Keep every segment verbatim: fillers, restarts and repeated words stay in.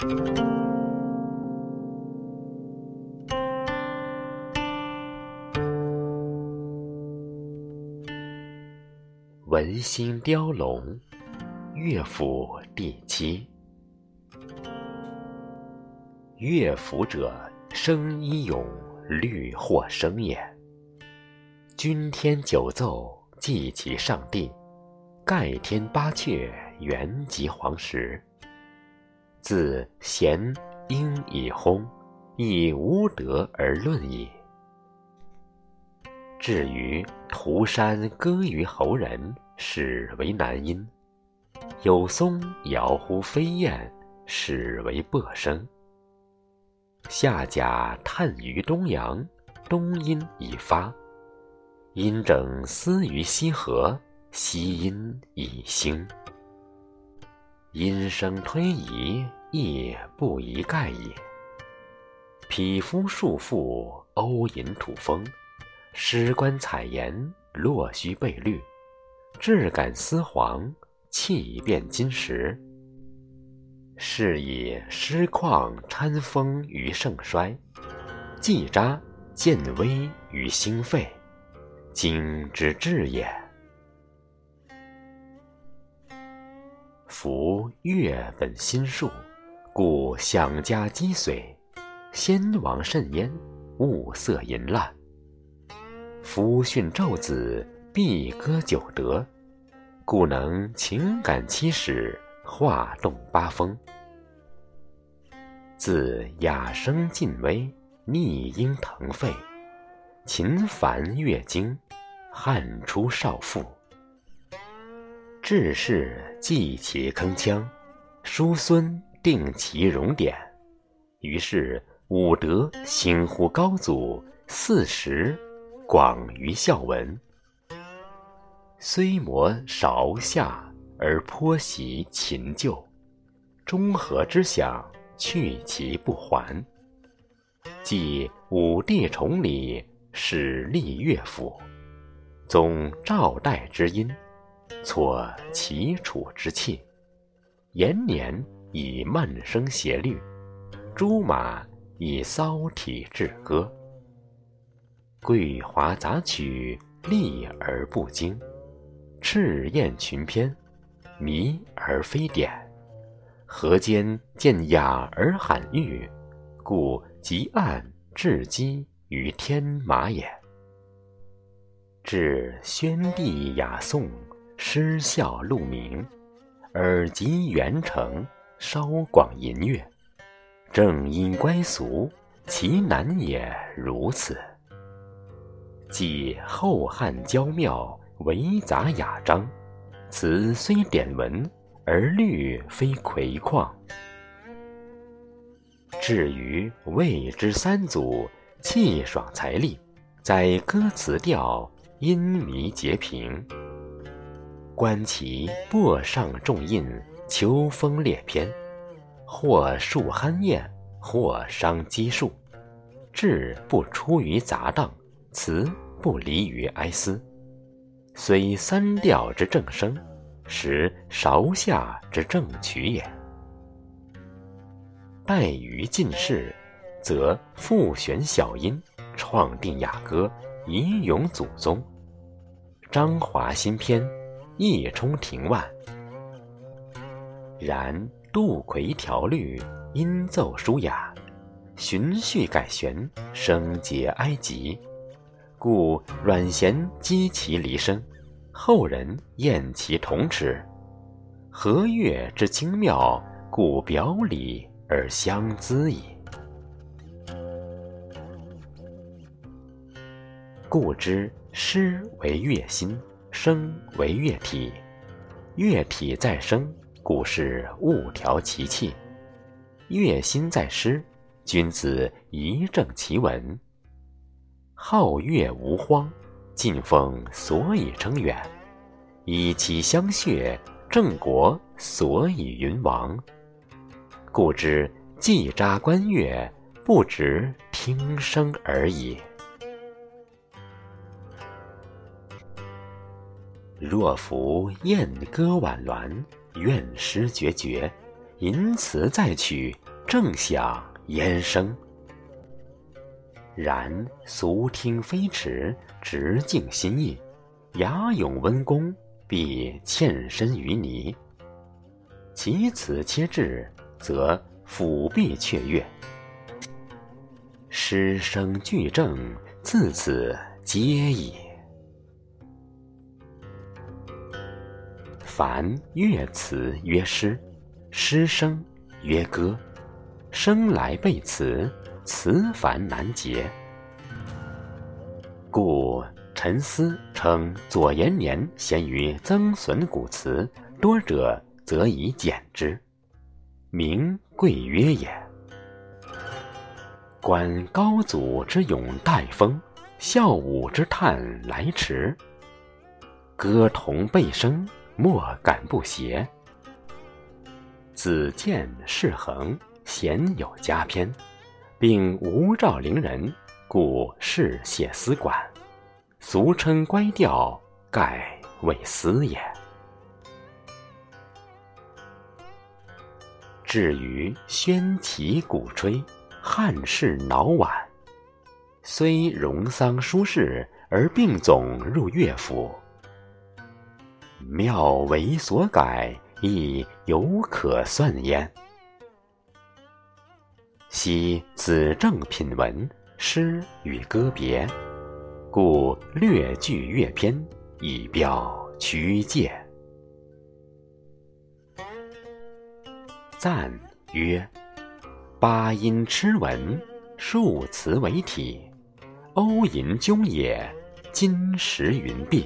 文心雕龙，乐府第七。乐府者，声依咏，律或声也。君天九奏，祭其上帝；盖天八阙，原及黄石。自弦应以轰，以无德而论矣。至于涂山歌于侯人，始为南音；有松摇乎飞燕，始为亳声。下甲叹于东阳，东音已发；音整思于西河，西音已兴。音声推移，亦不宜盖也。匹夫束缚，欧吟吐风；诗官采言，落须被律；质感丝黄，气变金石。是以诗况参风于盛衰，季札见微于兴废，经之至也。夫乐本心术，故想加积髓，先王甚焉，物色淫滥。夫训宙子，必歌九德，故能情感七史，画动八风。自雅声尽微，逆音腾沸；秦梵乐经，汉出少妇。志士记其铿锵，叔孙定其容典。于是五德兴乎高祖，四时广于孝文。虽磨韶夏，而颇习秦旧；中和之享，去其不还。继武帝崇礼，始立乐府；宗赵代之音，挫齐楚之器；延年以慢声谐律，朱马以骚体制歌。桂华杂曲，丽而不惊；赤焰群篇，靡而非典。河间见雅而罕遇，故极暗至基于天马也。至宣帝雅颂，诗效鹿鸣；尔及元成，稍广淫乐。正因乖俗，其难也如此。即后汉娇妙，惟杂雅章；词虽典文，而律非魁旷。至于魏之三祖，气爽才丽，在歌词调，音靡节平。观其擘上重印，秋风列篇，或述酣宴，或伤积数。志不出于杂荡，词不离于哀思。虽三调之正声，实韶夏之正曲也。待于进士，则复选小音，创定雅歌，以咏祖宗。章华新篇，一冲庭万。然杜魁调律，音奏舒雅；循序改弦，声节哀急。故阮咸讥其离声，后人厌其同齿。和乐之精妙，故表里而相咨矣。故知诗为乐心，声为乐体。乐体在声，故是物调其气；乐心在诗，君子宜正其文。好乐无荒，晋风所以称远；以其相血，郑国所以云王。故知季札观乐，不止听声而已。若夫燕歌婉鸾，怨诗决绝，淫词再曲， 正响焉生？然俗听非耻，直敬心意，雅咏温公，必欠身于泥。其此切至，则辅必雀跃。诗声俱正，自此皆矣。凡乐词曰诗，诗声曰歌，生来备词，词繁难解。故陈思称左延年贤于增损古词，多者则以简之，名贵约也。观高祖之咏代风，孝武之叹来迟，歌同背声，莫敢不谐。子建世恒，鲜有佳篇，并无照伶人，故世谢思管，俗称乖调，盖谓思也。至于宣旗鼓吹，汉式挠碗，虽荣丧书事，而并总入乐府。妙为所改，亦犹可算焉。昔子正品文，诗与歌别，故略具乐篇，以标曲界。赞曰：八音螭文，数词为体，欧吟纠也，金石云璧。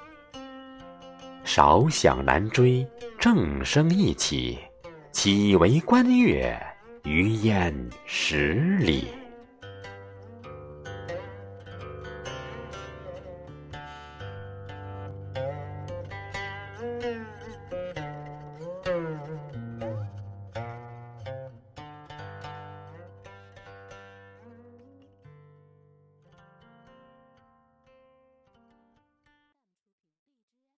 少响难追，正声一起，岂为官乐，余焉十里。